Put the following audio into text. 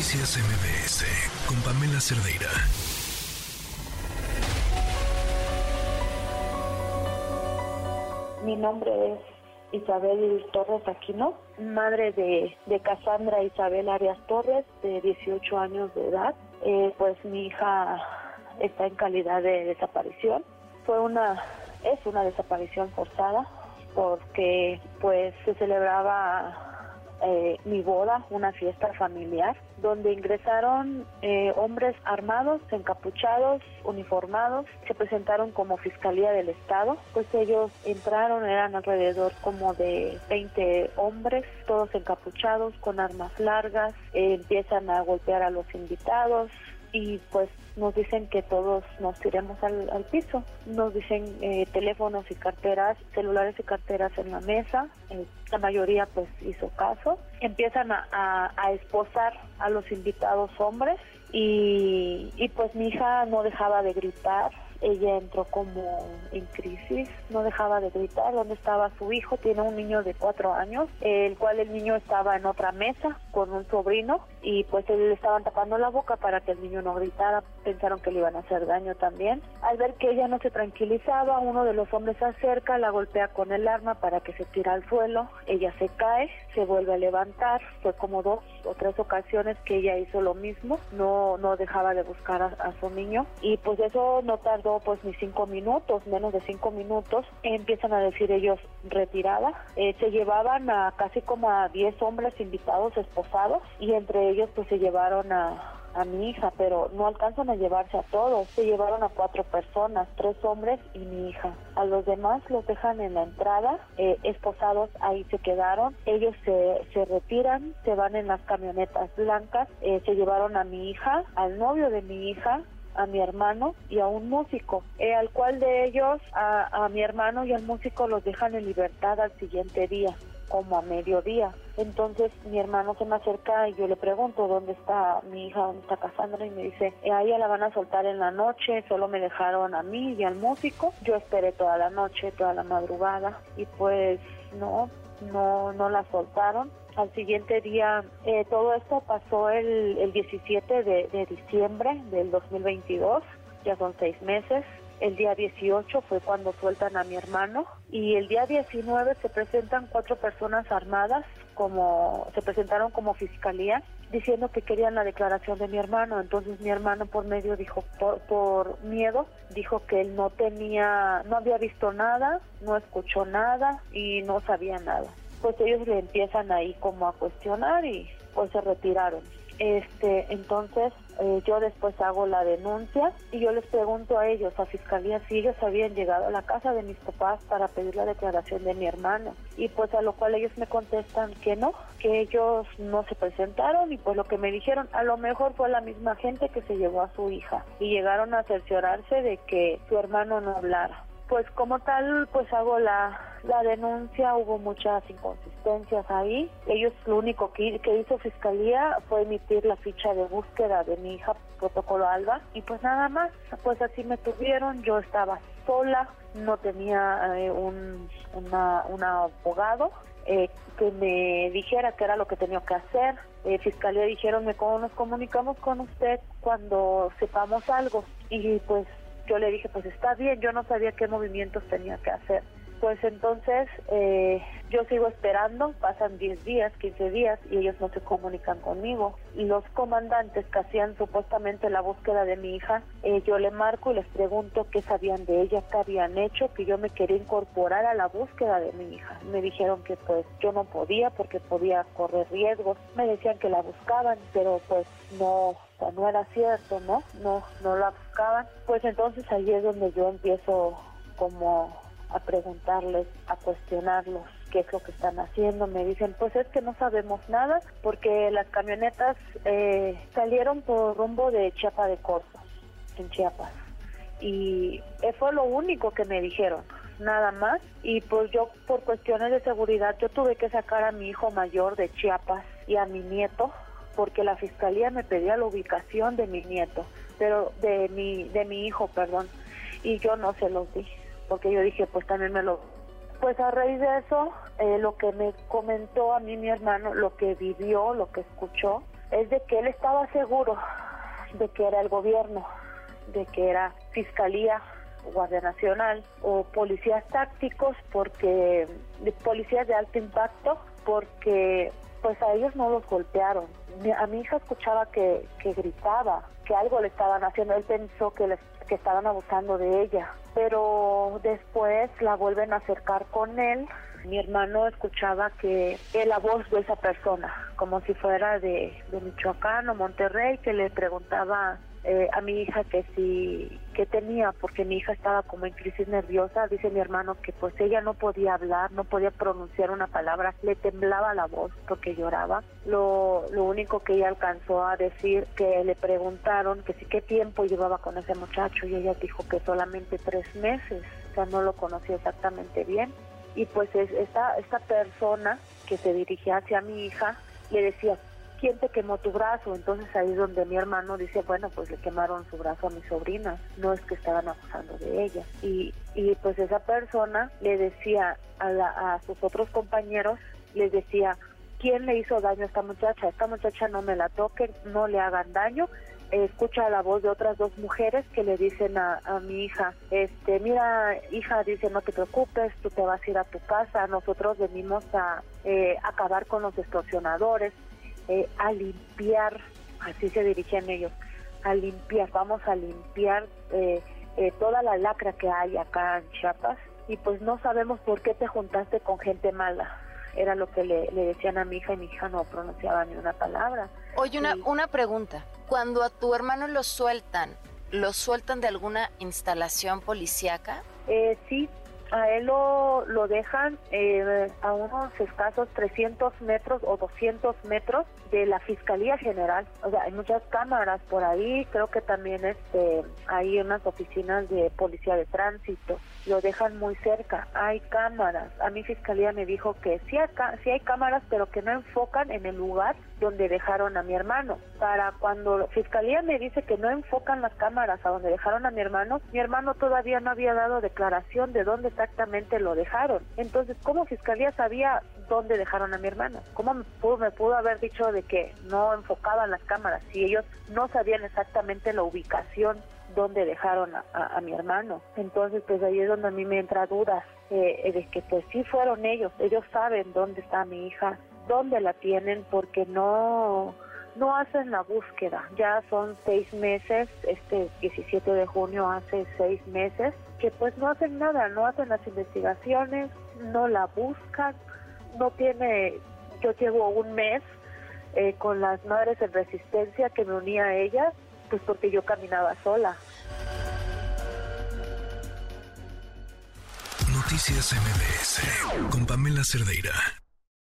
Noticias MBS con Pamela Cerdeira. Mi nombre es Isabel Torres Aquino, madre de Cassandra Isabel Arias Torres, de 18 años de edad. Pues mi hija está en calidad de desaparición. Es una desaparición forzada porque pues se celebraba mi boda, una fiesta familiar, donde ingresaron hombres armados, encapuchados, uniformados, se presentaron como Fiscalía del Estado. Pues ellos entraron, eran alrededor como de 20 hombres, todos encapuchados, con armas largas, empiezan a golpear a los invitados, y pues nos dicen que todos nos tiremos al piso. Nos dicen teléfonos y carteras, celulares y carteras en la mesa. La mayoría pues hizo caso. Empiezan a esposar a los invitados hombres y pues mi hija no dejaba de gritar. Ella entró como en crisis, no dejaba de gritar. ¿Dónde estaba su hijo? Tiene un niño de 4 años, el cual el niño estaba en otra mesa con un sobrino, y pues le estaban tapando la boca para que el niño no gritara. Pensaron que le iban a hacer daño también. Al ver que ella no se tranquilizaba, uno de los hombres se acerca, la golpea con el arma para que se tire al suelo. Ella se cae, se vuelve a levantar. Fue como 2 o 3 ocasiones que ella hizo lo mismo, no dejaba de buscar a su niño, y pues eso no tardó pues ni 5 minutos, menos de 5 minutos. Empiezan a decir ellos retirada. Se llevaban a casi como a 10 hombres invitados esposados, y entre ellos pues se llevaron a mi hija, pero no alcanzan a llevarse a todos. Se llevaron a 4 personas, 3 hombres y mi hija. A los demás los dejan en la entrada, esposados, ahí se quedaron. Ellos se retiran, se van en las camionetas blancas. Se llevaron a mi hija, al novio de mi hija, a mi hermano y a un músico, al cual de ellos, a mi hermano y al músico, los dejan en libertad al siguiente día, como a mediodía. Entonces mi hermano se me acerca y yo le pregunto ¿dónde está mi hija, dónde está Cassandra? Y me dice, a ella la van a soltar en la noche, solo me dejaron a mí y al músico. Yo esperé toda la noche, toda la madrugada, y pues no la soltaron. Al siguiente día, todo esto pasó el 17 de diciembre del 2022, ya son 6 meses. El día 18 fue cuando sueltan a mi hermano, y el día 19 se presentan 4 personas armadas, se presentaron como fiscalía, diciendo que querían la declaración de mi hermano. Entonces mi hermano por medio dijo, por miedo, dijo que él no había visto nada, no escuchó nada y no sabía nada. Pues ellos le empiezan ahí como a cuestionar y pues se retiraron. Entonces yo después hago la denuncia y yo les pregunto a ellos, a Fiscalía, si ellos habían llegado a la casa de mis papás para pedir la declaración de mi hermano, y pues a lo cual ellos me contestan que no, que ellos no se presentaron, y pues lo que me dijeron, a lo mejor fue la misma gente que se llevó a su hija y llegaron a cerciorarse de que su hermano no hablara. Pues como tal, pues hago la denuncia. Hubo muchas inconsistencias ahí. Ellos, lo único que hizo Fiscalía fue emitir la ficha de búsqueda de mi hija, protocolo ALBA, y pues nada más. Pues así me tuvieron. Yo estaba sola, no tenía un abogado que me dijera qué era lo que tenía que hacer. Fiscalía dijeron, nos comunicamos con usted cuando sepamos algo, y pues yo le dije, pues está bien, yo no sabía qué movimientos tenía que hacer. Pues entonces yo sigo esperando, pasan 10 días, 15 días y ellos no se comunican conmigo. Y los comandantes que hacían supuestamente la búsqueda de mi hija, yo le marco y les pregunto qué sabían de ella, qué habían hecho, que yo me quería incorporar a la búsqueda de mi hija. Me dijeron que pues yo no podía porque podía correr riesgos. Me decían que la buscaban, pero pues no era cierto, no la buscaban. Pues entonces ahí es donde yo empiezo como a preguntarles, a cuestionarlos qué es lo que están haciendo. Me dicen, pues es que no sabemos nada porque las camionetas salieron por rumbo de Chiapa de Corzo, en Chiapas, y fue lo único que me dijeron, nada más. Y pues yo, por cuestiones de seguridad, yo tuve que sacar a mi hijo mayor de Chiapas y a mi nieto, porque la Fiscalía me pedía la ubicación de mi nieto, pero de mi hijo, perdón, y yo no se los di, porque yo dije, pues también me lo pues a raíz de eso, lo que me comentó a mí mi hermano, lo que vivió, lo que escuchó, es de que él estaba seguro de que era el gobierno, de que era Fiscalía, Guardia Nacional o policías tácticos, porque policías de alto impacto, porque pues a ellos no los golpearon. A mi hija escuchaba que gritaba, que algo le estaban haciendo. Él pensó que estaban abusando de ella, pero después la vuelven a acercar con él. Mi hermano escuchaba que la voz de esa persona, como si fuera de Michoacán o Monterrey, que le preguntaba a mi hija que tenía, porque mi hija estaba como en crisis nerviosa. Dice mi hermano que pues ella no podía hablar, no podía pronunciar una palabra, le temblaba la voz porque lloraba. Lo único que ella alcanzó a decir, que le preguntaron que sí, qué tiempo llevaba con ese muchacho, y ella dijo que solamente 3 meses, o sea, no lo conocía exactamente bien. Y pues esta persona que se dirigía hacia mi hija le decía: ¿quién te quemó tu brazo? Entonces ahí es donde mi hermano dice: bueno, pues le quemaron su brazo a mi sobrina, no es que estaban abusando de ella. Y pues esa persona le decía a sus otros compañeros, les decía: ¿quién le hizo daño a esta muchacha? Esta muchacha no me la toquen, no le hagan daño. Escucha la voz de otras 2 mujeres que le dicen a mi hija: mira, hija, dice, no te preocupes, tú te vas a ir a tu casa, nosotros venimos a acabar con los extorsionadores, a limpiar, así se dirigían ellos, a limpiar, vamos a limpiar toda la lacra que hay acá en Chiapas, y pues no sabemos por qué te juntaste con gente mala. Era lo que le decían a mi hija, y mi hija no pronunciaba ni una palabra. Oye, una pregunta. Cuando a tu hermano lo sueltan de alguna instalación policíaca? Sí, a él lo dejan a unos escasos 300 metros o 200 metros de la Fiscalía General. O sea, hay muchas cámaras por ahí, creo que también hay unas oficinas de policía de tránsito. Lo dejan muy cerca, hay cámaras. A mi Fiscalía me dijo que sí hay cámaras, pero que no enfocan en el lugar donde dejaron a mi hermano. Para cuando Fiscalía me dice que no enfocan las cámaras a donde dejaron a mi hermano todavía no había dado declaración de dónde exactamente lo dejaron. Entonces, ¿cómo Fiscalía sabía dónde dejaron a mi hermano? ¿Cómo me pudo haber dicho de que no enfocaban las cámaras si ellos no sabían exactamente la ubicación donde dejaron a mi hermano? Entonces, pues ahí es donde a mí me entra dudas de que pues sí fueron ellos saben dónde está mi hija, dónde la tienen, porque no hacen la búsqueda. Ya son 6 meses, 17 de junio hace 6 meses, que pues no hacen nada, no hacen las investigaciones, no la buscan, yo llevo 1 mes con las Madres en Resistencia, que me unía a ellas, pues porque yo caminaba sola. Noticias MBS con Pamela Cerdeira.